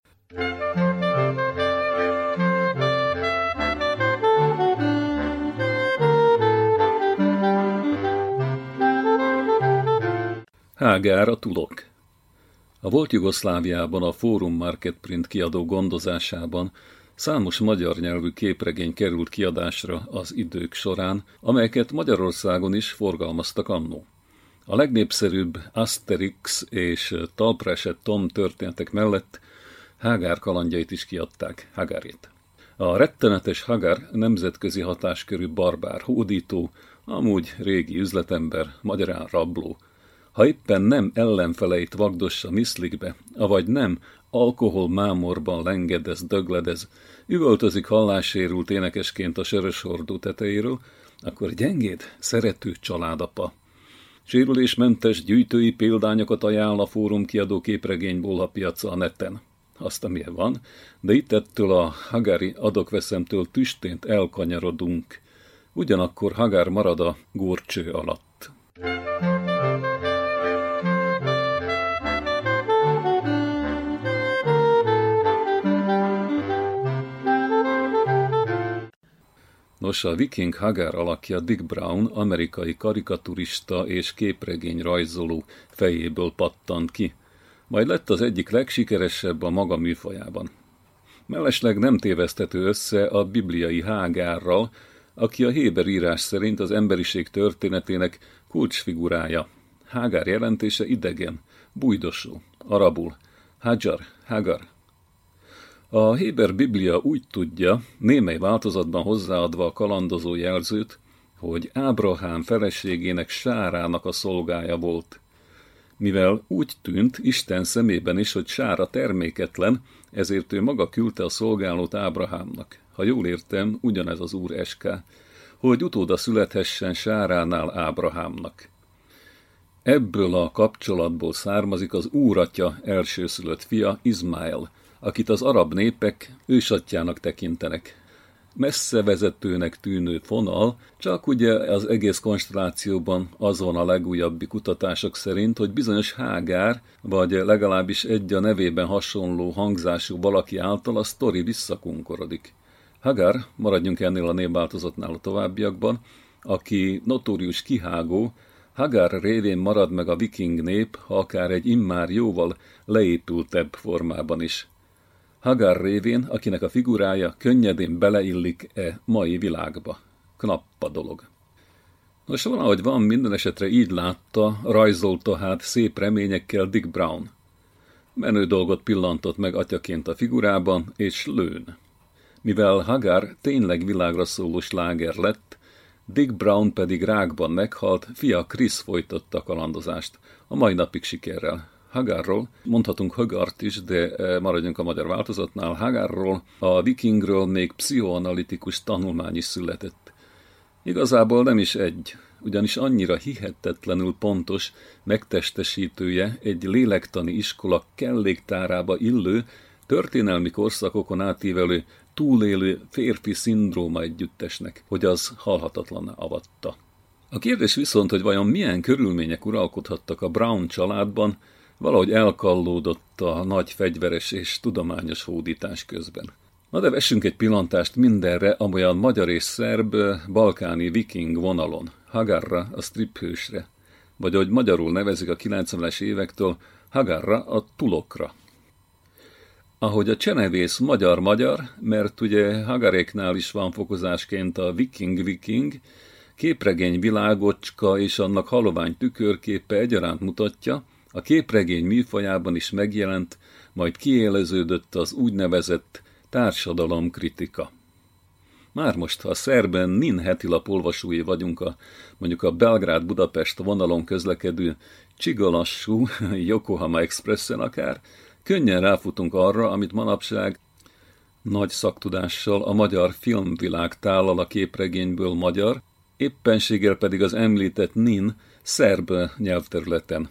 Hágár a Tulok. A volt Jugoszláviában a Fórum Market Print kiadó gondozásában Számos magyar nyelvű képregény került kiadásra az idők során, amelyeket Magyarországon is forgalmaztak annó. A legnépszerűbb Asterix és talpra esett Tom történetek mellett Hágár kalandjait is kiadták, Hagárét. A rettenetes Hagár nemzetközi hatáskörű barbár hódító, amúgy régi üzletember, magyarán rabló. Ha éppen nem ellenfeleit vagdossa miszlikbe, avagy nem alkohol mámorban lengedez, dögledez, üvöltözik hallássérült énekesként a söröshordó tetejéről, akkor gyengéd, szerető családapa. Sérülésmentes gyűjtői példányokat ajánl a Fórum kiadó képregénybolha piaca a neten. Azt, amilyen van, de itt ettől a hagári adok-veszemtől tüstént elkanyarodunk. Ugyanakkor Hagár marad a górcső alatt. Nos, a viking Hagár alakja Dick Brown, amerikai karikaturista és képregény rajzoló fejéből pattant ki, majd lett az egyik legsikeresebb a maga műfajában. Mellesleg nem téveszthető össze a bibliai Hágárral, aki a héber írás szerint az emberiség történetének kulcsfigurája. Hágár jelentése idegen, bújdosó, arabul, Hajar, Hagar. A héber biblia úgy tudja, némely változatban hozzáadva a kalandozó jelzőt, hogy Ábrahám feleségének Sárának a szolgája volt. Mivel úgy tűnt Isten szemében is, hogy Sára terméketlen, ezért ő maga küldte a szolgálót Ábrahámnak. Ha jól értem, ugyanez az úr eská, hogy utóda születhessen Sáránál Ábrahámnak. Ebből a kapcsolatból származik az úratya elsőszülött fia, Izmael, akit az arab népek ősatyjának tekintenek. Messze vezetőnek tűnő fonal, csak ugye az egész konstellációban az van a legújabbi kutatások szerint, hogy bizonyos Hágár, vagy legalábbis egy a nevében hasonló hangzású valaki által a sztori visszakunkorodik. Hagár, maradjunk ennél a névváltozatnál a továbbiakban, aki notórius kihágó, Hagár révén marad meg a viking nép, ha akár egy immár jóval leépültebb formában is. Hagár révén, akinek a figurája könnyedén beleillik-e mai világba. Knappa dolog. Nos, valahogy van, minden esetre így látta, rajzolta hát szép reményekkel Dick Brown. Menő dolgot pillantott meg atyaként a figurában, és lőn. Mivel Hagár tényleg világra szóló sláger lett, Dick Brown pedig rákban meghalt, fia Chris folytatta a kalandozást, a mai napig sikerrel. Hagárról, mondhatunk Hagart is, de maradjunk a magyar változatnál, Hagárról, a vikingről még pszichoanalitikus tanulmány is született. Igazából nem is egy, ugyanis annyira hihetetlenül pontos megtestesítője egy lélektani iskola kelléktárába illő, történelmi korszakokon átívelő, túlélő férfi szindróma együttesnek, hogy az halhatatlanná avatta. A kérdés viszont, hogy vajon milyen körülmények uralkodhattak a Brown családban, valahogy elkallódott a nagy fegyveres és tudományos hódítás közben. Na de vessünk egy pillantást mindenre, amolyan magyar és szerb balkáni viking vonalon, Hagárra, a striphősre, vagy ahogy magyarul nevezik a kilencvenes évektől, Hagárra, a tulokra. Ahogy a csenevész magyar-magyar, mert ugye Hagaréknál is van fokozásként a viking-viking, képregény világocska és annak halovány tükörképe egyaránt mutatja, a képregény műfajában is megjelent, majd kiéleződött az úgynevezett társadalomkritika. Már most, ha szerben Nin hetilap olvasói vagyunk a mondjuk a Belgrád-Budapest vonalon közlekedő csigalassú Yokohama Expressen akár, könnyen ráfutunk arra, amit manapság nagy szaktudással a magyar filmvilág tálal a képregényből magyar, éppenséggel pedig az említett Nin szerb nyelvterületen.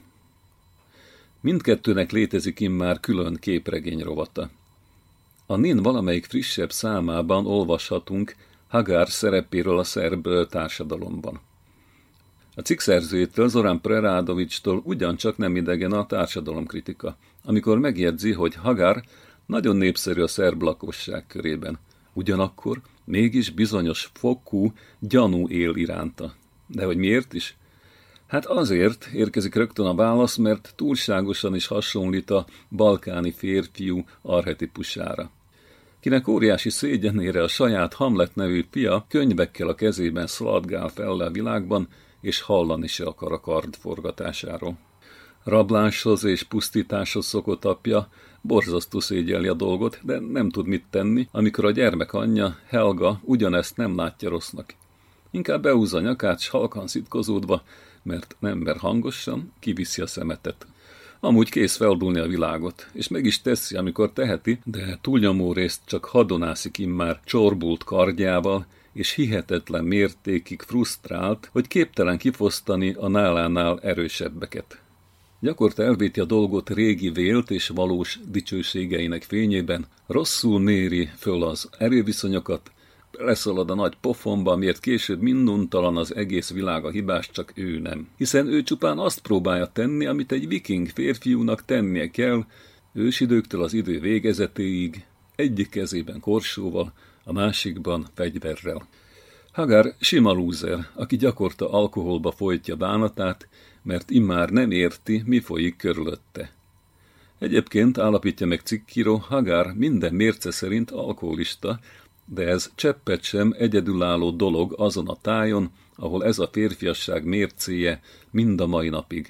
Mindkettőnek létezik immár külön képregény rovata. A Nin valamelyik frissebb számában olvashatunk Hagár szerepéről a szerb társadalomban. A cikk szerzőjétől, Zoran Preradovics-tól ugyancsak nem idegen a társadalomkritika, amikor megjegyzi, hogy Hagár nagyon népszerű a szerb lakosság körében. Ugyanakkor mégis bizonyos fokú gyanú él iránta. De hogy miért is? Hát azért érkezik rögtön a válasz, mert túlságosan is hasonlít a balkáni férfiú archetipusára. kinek óriási szégyenére a saját Hamlet nevű fia könyvekkel a kezében szaladgál fel a világban, és hallani se akar a kard forgatásáról. Rabláshoz és pusztításhoz szokott apja borzasztó szégyelli a dolgot, de nem tud mit tenni, amikor a gyermek anyja, Helga, ugyanezt nem látja rossznak. Inkább behúzza a nyakát, s halkan szitkozódva, mert nem mer hangosan, kiviszi a szemetet. Amúgy kész feldulni a világot, és meg is teszi, amikor teheti, de túlnyomó részt csak hadonászik immár csorbult kardjával, és hihetetlen mértékig frusztrált, hogy képtelen kifosztani a nálánál erősebbeket. Gyakorta elvéti a dolgot régi vélt és valós dicsőségeinek fényében, rosszul méri föl az erőviszonyokat, beleszalad a nagy pofonba, miért később minduntalan az egész világ a hibás, csak ő nem. Hiszen ő csupán azt próbálja tenni, amit egy viking férfiúnak tennie kell, ősidőktől az idő végezetéig, egyik kezében korsóval, a másikban fegyverrel. Hagar sima lúzer, aki gyakorta alkoholba folytja bánatát, mert immár nem érti, mi folyik körülötte. Egyébként állapítja meg Cikkíró, Hagar minden mérce szerint alkoholista, de ez cseppet sem egyedülálló dolog azon a tájon, ahol ez a férfiasság mércéje mind a mai napig.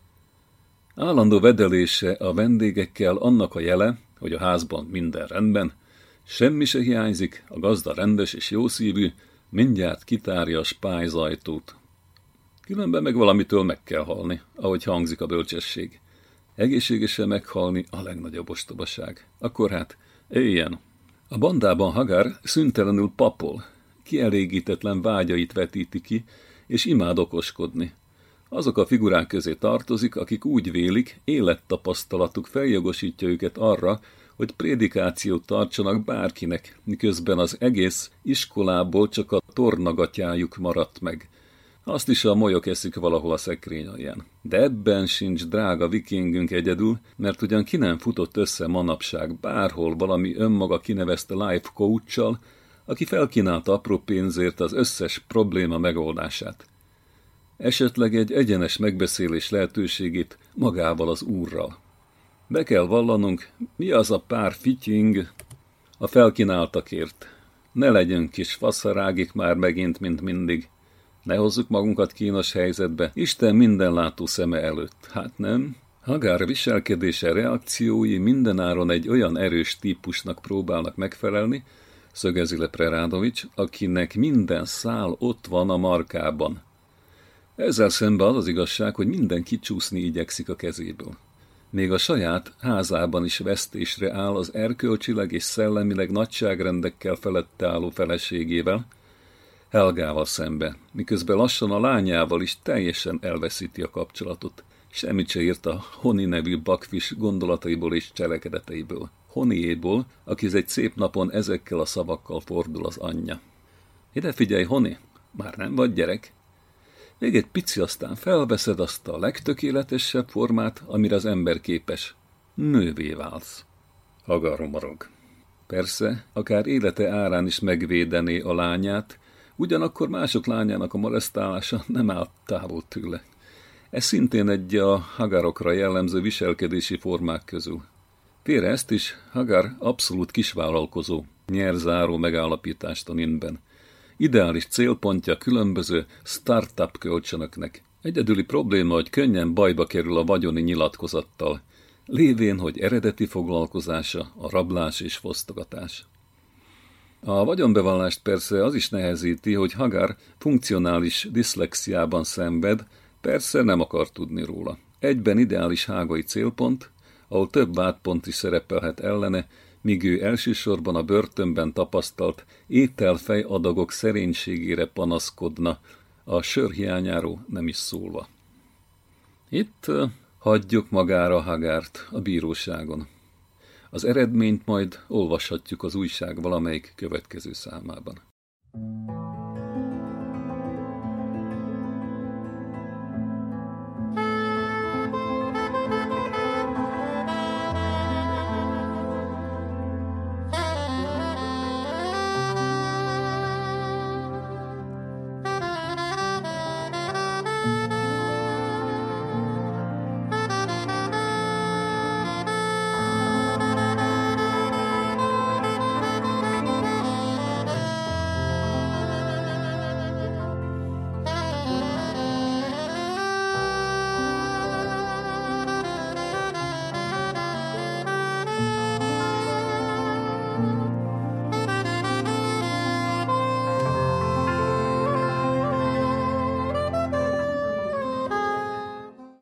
Állandó vedelése a vendégekkel annak a jele, hogy a házban minden rendben, semmi se hiányzik, a gazda rendes és jószívű, mindjárt kitárja a spájzajtót. Különben meg valamitől meg kell halni, ahogy hangzik a bölcsesség. Egészségesen meghalni a legnagyobb ostobaság. Akkor hát, éljen! A bandában Hagar szüntelenül papol, kielégítetlen vágyait vetíti ki, és imád okoskodni. Azok a figurák közé tartozik, akik úgy vélik, élettapasztalatuk feljogosítja őket arra, hogy prédikációt tartsanak bárkinek, miközben az egész iskolából csak a tornagatyájuk maradt meg. Azt is a molyok eszik valahol a szekrény alján. De ebben sincs drága vikingünk egyedül, mert ugyan ki nem futott össze manapság bárhol valami önmaga kinevezte life coach-sal, aki felkínálta apró pénzért az összes probléma megoldását. Esetleg egy egyenes megbeszélés lehetőségét magával az úrral. Be kell vallanunk, mi az a pár fitying a felkínáltakért. Ne legyünk kis faszarágik már megint, mint mindig. Ne hozzuk magunkat kínos helyzetbe, Isten mindenlátó szeme előtt. Hát nem? Hagar viselkedése, reakciói mindenáron egy olyan erős típusnak próbálnak megfelelni, szögezi le Preradovics, akinek minden szál ott van a markában. Ezzel szemben az az igazság, hogy minden kicsúszni igyekszik a kezéből. Még a saját házában is vesztésre áll az erkölcsileg és szellemileg nagyságrendekkel felette álló feleségével, Helgával szembe, miközben lassan a lányával is teljesen elveszíti a kapcsolatot. Semmit se írt a Honi nevű bakfis gondolataiból és cselekedeteiből. Honiéból, aki egy szép napon ezekkel a szavakkal fordul az anyja. Ide figyelj, Honi, már nem vagy gyerek? Még egy pici, aztán felveszed azt a legtökéletesebb formát, amire az ember képes. Nővé válsz. Hagar romorog. Persze, akár élete árán is megvédené a lányát, ugyanakkor mások lányának a molesztálása nem áll távol tőle. Ez szintén egy a Hagarokra jellemző viselkedési formák közül. Félre ezt is, Hagar abszolút kisvállalkozó, nyerzáró megállapítást a Ninben. Ideális célpontja különböző startup kölcsönöknek. Egyedüli probléma, hogy könnyen bajba kerül a vagyoni nyilatkozattal, lévén, hogy eredeti foglalkozása a rablás és fosztogatás. A vagyonbevallást persze az is nehezíti, hogy Hagar funkcionális diszlexiában szenved, persze nem akar tudni róla. Egyben ideális hágai célpont, ahol több vádpont is szerepelhet ellene, míg ő elsősorban a börtönben tapasztalt ételfej adagok szerénységére panaszkodna, a sör hiányáról nem is szólva. Itt uh, hagyjuk magára Hagárt a bíróságon. Az eredményt majd olvashatjuk az újság valamelyik következő számában.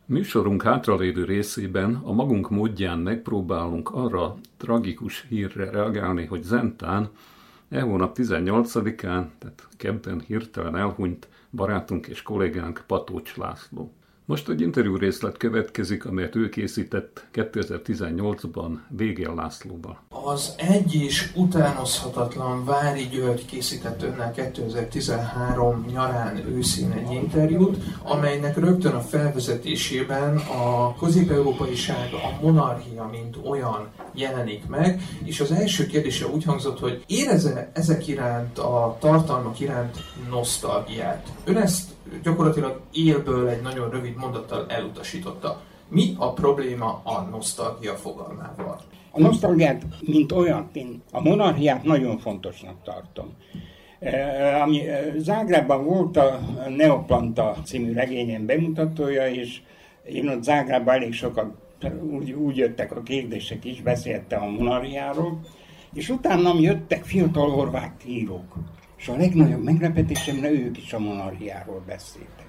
Műsorunk hátralévő részében a magunk módján megpróbálunk arra tragikus hírre reagálni, hogy Zentán e hónap tizennyolcadikán, tehát kedden hirtelen elhunyt barátunk és kollégánk Patócs László. Most egy interjú részlet következik, amelyet ő készített kétezer-tizennyolcban Végél Lászlóval. Az egy és utánozhatatlan Vári György készített önnel kétezer-tizenhárom nyarán őszén egy interjút, amelynek rögtön a felvezetésében a közép-európaiság, a monarchia, mint olyan jelenik meg, és az első kérdése úgy hangzott, hogy érez-e ezek iránt, a tartalmak iránt nosztalgiát? Ön ezt gyakorlatilag élből egy nagyon rövid mondattal elutasította. Mi a probléma a nosztalgia fogalmával? A nosztalgiát, mint olyan, én a monarchiát nagyon fontosnak tartom. E, ami Zágrábban volt a Neoplanta című regényem bemutatója, és én ott Zágrábban elég sokat úgy, úgy jöttek a kérdések is, beszéltem a monarchiáról, és utána jöttek fiatal horvát írók. És a legnagyobb meglepetésemre ők is a monarchiáról beszéltek.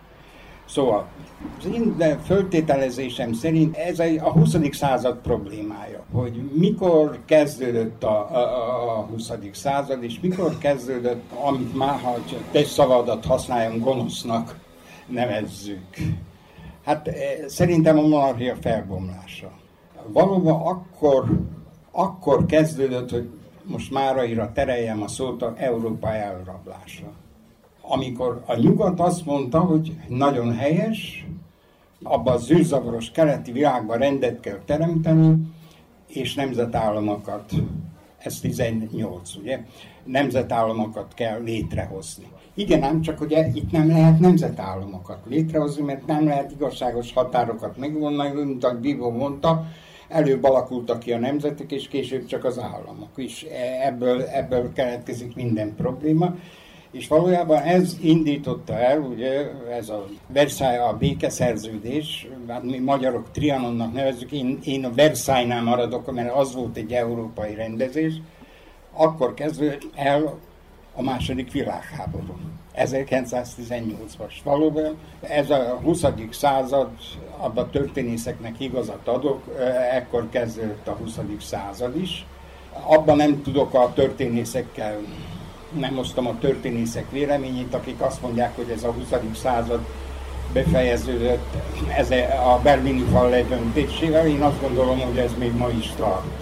Szóval az én föltételezésem szerint ez a huszadik század problémája, hogy mikor kezdődött a, a, a huszadik század, és mikor kezdődött, amit már, ha te szavadat használjam, gonosznak nevezzük. Hát szerintem a monarchia felbomlása. Valóban akkor, akkor kezdődött, hogy most máraira tereljem a szót, a Európa elrablása. Amikor a nyugat azt mondta, hogy nagyon helyes, abban a zűrzavaros keleti világban rendet kell teremteni, és nemzetállamokat, ez tizennyolc, ugye, nemzetállamokat kell létrehozni. Igen, ám csak ugye itt nem lehet nemzetállamokat létrehozni, mert nem lehet igazságos határokat megvonni, mint ahogy Bibó mondta, előbb alakultak ki a nemzetek, és később csak az államok is. Ebből, ebből keletkezik minden probléma. És valójában ez indította el, ugye, ez a Versailles, a békeszerződés, hát mi magyarok Trianonnak nevezzük, én, én a Versailles-nál maradok, mert az volt egy európai rendezés, akkor kezdődött el a második világháború, ezerkilencszáztizennyolcban. Valóban ez a huszadik század, abban történészeknek igazat adok, ekkor kezdődött a huszadik század is. Abban nem tudok a történészekkel, nem osztom a történészek véleményét, akik azt mondják, hogy ez a huszadik század befejeződött ez a berlini fal ledöntésével. Én azt gondolom, hogy ez még ma is tart.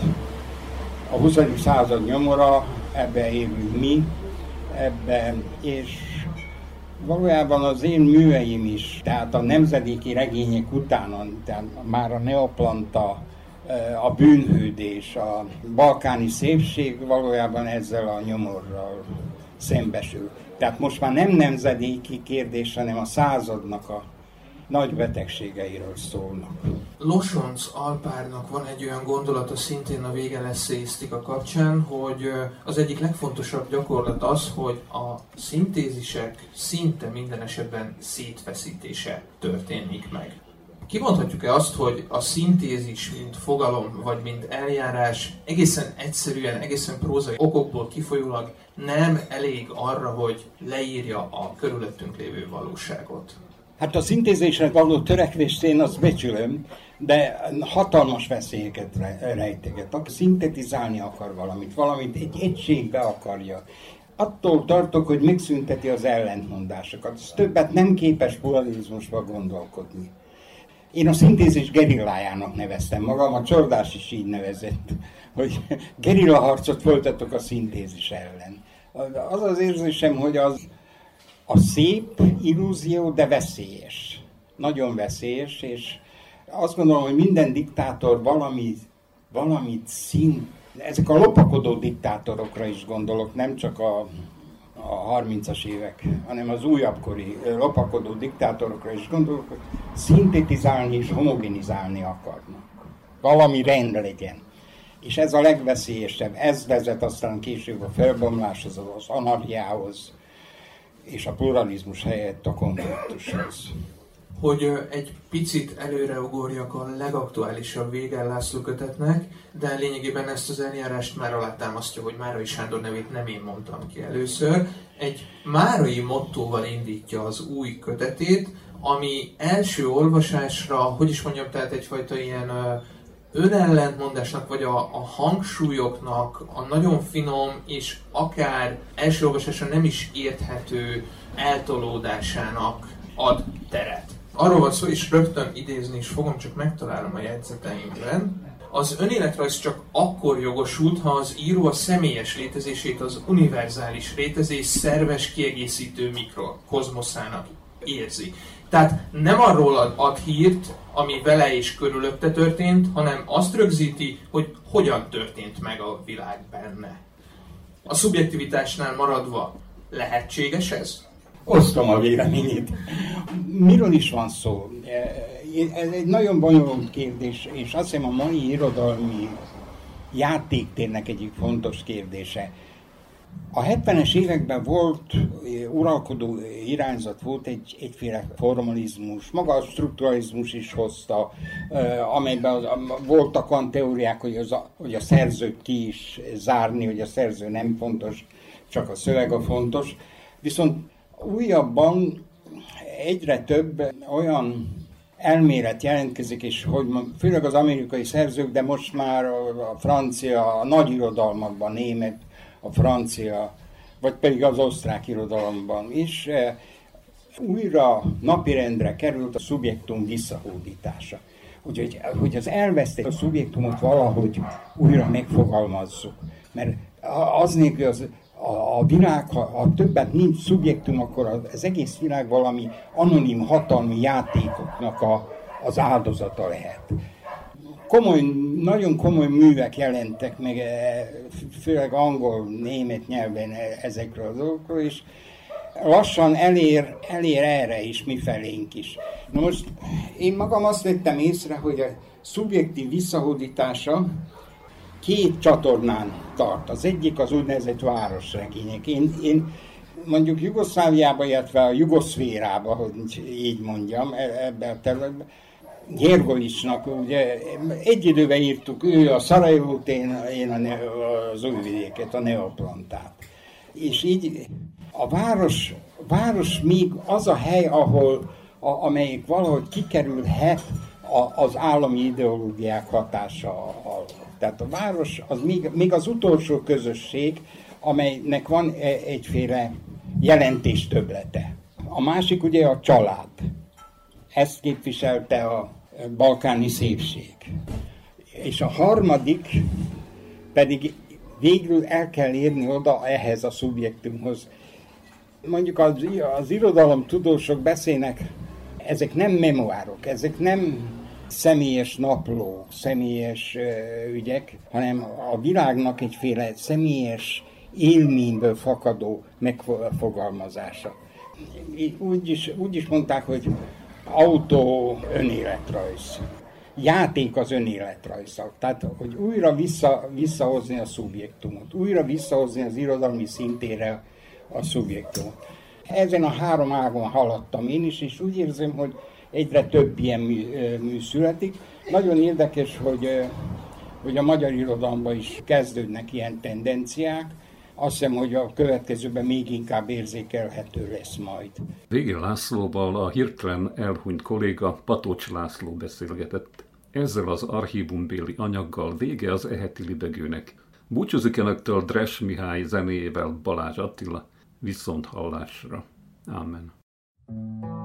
A huszadik század nyomora, ebbe élünk mi, ebben, és valójában az én műveim is, tehát a nemzedéki regények után, tehát már a Neoplanta, a bűnhődés, a balkáni szépség valójában ezzel a nyomorral szembesül. Tehát most már nem nemzedéki kérdés, hanem a századnak a nagy betegségeiről szólnak. Losonc Alpárnak van egy olyan gondolata szintén a Végél eszéisztika kapcsán, hogy az egyik legfontosabb gyakorlat az, hogy a szintézisek szinte minden esetben szétfeszítése történik meg. Kimondhatjuk-e azt, hogy a szintézis, mint fogalom, vagy mint eljárás egészen egyszerűen, egészen prózai okokból kifolyólag nem elég arra, hogy leírja a körülöttünk lévő valóságot? Hát a szintézésre való törekvést én azt becsülöm, de hatalmas veszélyeket rejteget. Aki szintetizálni akar valamit, valamit egy egységbe akarja. Attól tartok, hogy megszünteti az ellentmondásokat. Ez többet nem képes pluralizmusban gondolkodni. Én a szintézis gerillájának neveztem magam, a Csordás is így nevezett, hogy gerillaharcot folytatok a szintézis ellen. Az az érzésem, hogy az a szép illúzió, de veszélyes. Nagyon veszélyes, és azt gondolom, hogy minden diktátor valami, valamit szint, ezek a lopakodó diktátorokra is gondolok, nem csak a, a harmincas évek, hanem az újabbkori lopakodó diktátorokra is gondolok, hogy szintetizálni és homogenizálni akarnak. Valami rend legyen. És ez a legveszélyesebb. Ez vezet aztán később a felbomláshoz, az anarchiához, és a pluralizmus helyett a konfliktushoz. Hogy egy picit előreugorjak a legaktuálisabb Végél László kötetnek, de lényegében ezt az eljárást már alátámasztja, hogy Márai Sándor nevét nem én mondtam ki először. Egy márai mottóval indítja az új kötetét, ami első olvasásra, hogy is mondjam, tehát egyfajta ilyen önellentmondásnak, vagy a, a hangsúlyoknak a nagyon finom és akár első olvasásra nem is érthető eltolódásának ad teret. Arról van szó, és rögtön idézni is fogom, csak megtalálom a jegyzeteimben. Az önéletrajz csak akkor jogosult, ha az író a személyes létezését az univerzális létezés szerves kiegészítő mikrokozmoszának érzi. Tehát nem arról ad, ad hírt, ami vele és körülötte történt, hanem azt rögzíti, hogy hogyan történt meg a világ benne. A szubjektivitásnál maradva lehetséges ez? Osztom a véleményét. Miről is van szó? Ez egy nagyon bonyolult kérdés, és azt hiszem a mai irodalmi játéktérnek egyik fontos kérdése. A hetvenes években volt, uralkodó irányzat volt egy, egyféle formalizmus, maga a strukturalizmus is hozta, amelyben voltak olyan teóriák, hogy, az a, hogy a szerzőt ki is zárni, hogy a szerző nem fontos, csak a szöveg a fontos. Viszont újabban egyre több olyan elmélet jelentkezik, és hogy főleg az amerikai szerzők, de most már a francia, a nagy irodalmakban, német, a francia, vagy pedig az osztrák irodalomban is újra napirendre került a szubjektum visszahódítása. Úgyhogy hogy az elvesztett a szubjektumot valahogy újra megfogalmazzuk. Mert az nélkül az, a, a világ, ha, ha többet nincs szubjektum, akkor az, az egész világ valami anonim hatalmi játékoknak a, az áldozata lehet. Komoly, nagyon komoly művek jelentek meg, főleg angol, német nyelven ezekről az dolgokról, és lassan elér, elér erre is, mifelénk is. Na most én magam azt vettem észre, hogy a szubjektív visszahódítása két csatornán tart. Az egyik az úgynevezett városregények. Én, én mondjuk Jugoszláviában, illetve a jugoszférában, hogy így mondjam, ebben a területben, Gergolicsnak, ugye egy időben írtuk, ő a Szarajevót, én, én a ne, az Újvidéket, a Neoplantát. És így a város, város még az a hely, ahol, a, amelyik valahogy kikerülhet a, az állami ideológiák hatása alól. Tehát a város az még, még az utolsó közösség, amelynek van egyféle jelentéstöblete. A másik ugye a család. Ezt képviselte a balkáni szépség. És a harmadik pedig végül el kell érni oda ehhez a szubjektumhoz. Mondjuk az, az irodalomtudósok beszélnek, ezek nem memoárok, ezek nem személyes naplók, személyes uh, ügyek, hanem a világnak egyféle személyes élményből fakadó megfogalmazása. Úgy is, úgy is mondták, hogy autó önéletrajz. Játék az önéletrajzzal. Tehát, hogy újra vissza, visszahozni a szubjektumot, újra visszahozni az irodalmi szintére a szubjektumot. Ezen a három ágon haladtam én is, és úgy érzem, hogy egyre több ilyen mű, mű születik. Nagyon érdekes, hogy, hogy a magyar irodalomban is kezdődnek ilyen tendenciák. Azt hiszem, hogy a következőben még inkább érzékelhető lesz majd. Végén Lászlóval a hirtelen elhunyt kolléga Patócs László beszélgetett. Ezzel az archívumbéli anyaggal vége az eheti libegőnek. Búcsúzik önöktől Dres Mihály zenéjével Balázs Attila, viszont hallásra. Ámen.